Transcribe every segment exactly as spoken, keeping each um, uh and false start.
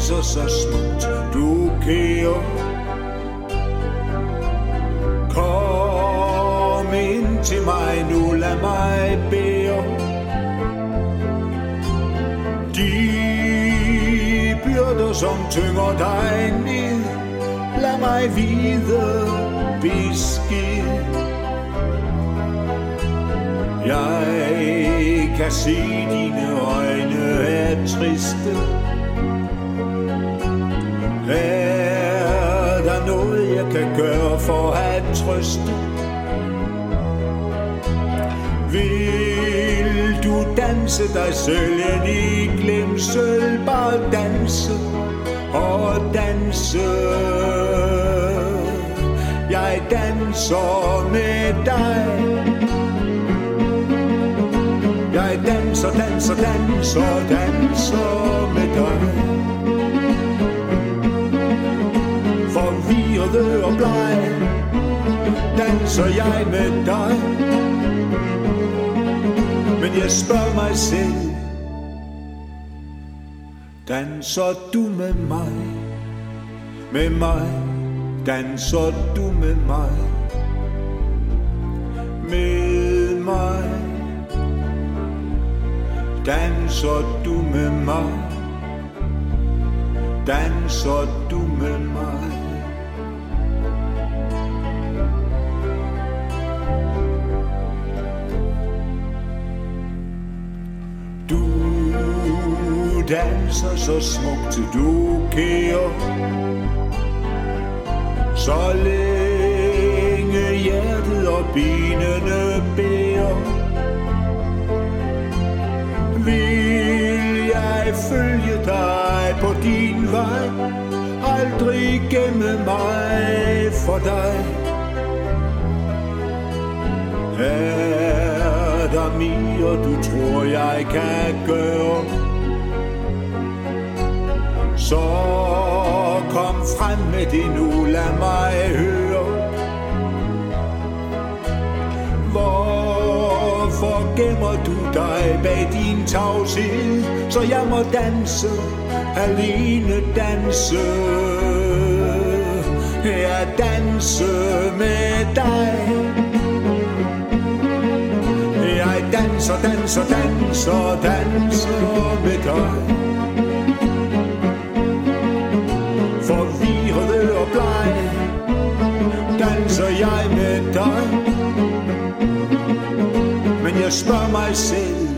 danser så smukt, du kære. Kom ind til mig nu, lad mig bære de byrder, som tynger dig ned. Lad mig vide besked. Jeg kan se dine øjne er triste. Er der noget jeg kan gøre for at trøste? Vil du danse dig selv ind i glemsel? Bare danse og danse. Jeg danser med dig. Jeg danser, danser, danser, danser med dig. Forvirret og bleg danser jeg med dig. Men jeg spørger mig selv, danser du med mig? Med mig, danser du med mig? Med mig, danser du med mig? Danser du med mig? Du danser så smukt, du kære. Så længe hjertet og benene bærer, vil jeg følge dig på din vej. Aldrig gemme mig for dig. Er der mere du tror jeg kan gøre, så kom frem med det nu, lad mig høre. Hvorfor gemmer du dig bag din tavshed, så jeg må danse, alene danse. Jeg danse med dig. Jeg danser, danser, danser, danser med dig. Forvirret og bleg danser jeg med dig. Men jeg spørger mig selv,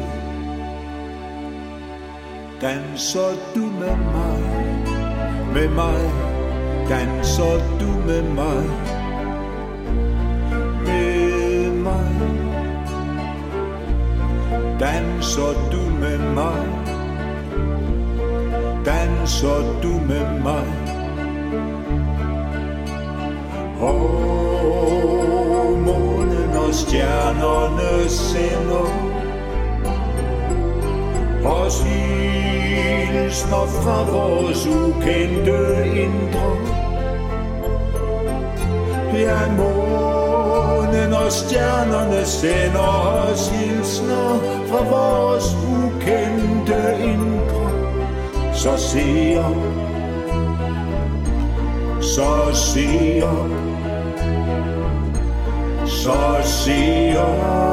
danser du med mig? Med mig, danser du med mig? Med mig, danser du med mig? Danser du med mig? Og månen og stjernerne sender os hilsner fra vores ukendte indre. Ja, månen og stjernerne sender os hilsner fra vores ukendte indre. Så siger, så siger, så siger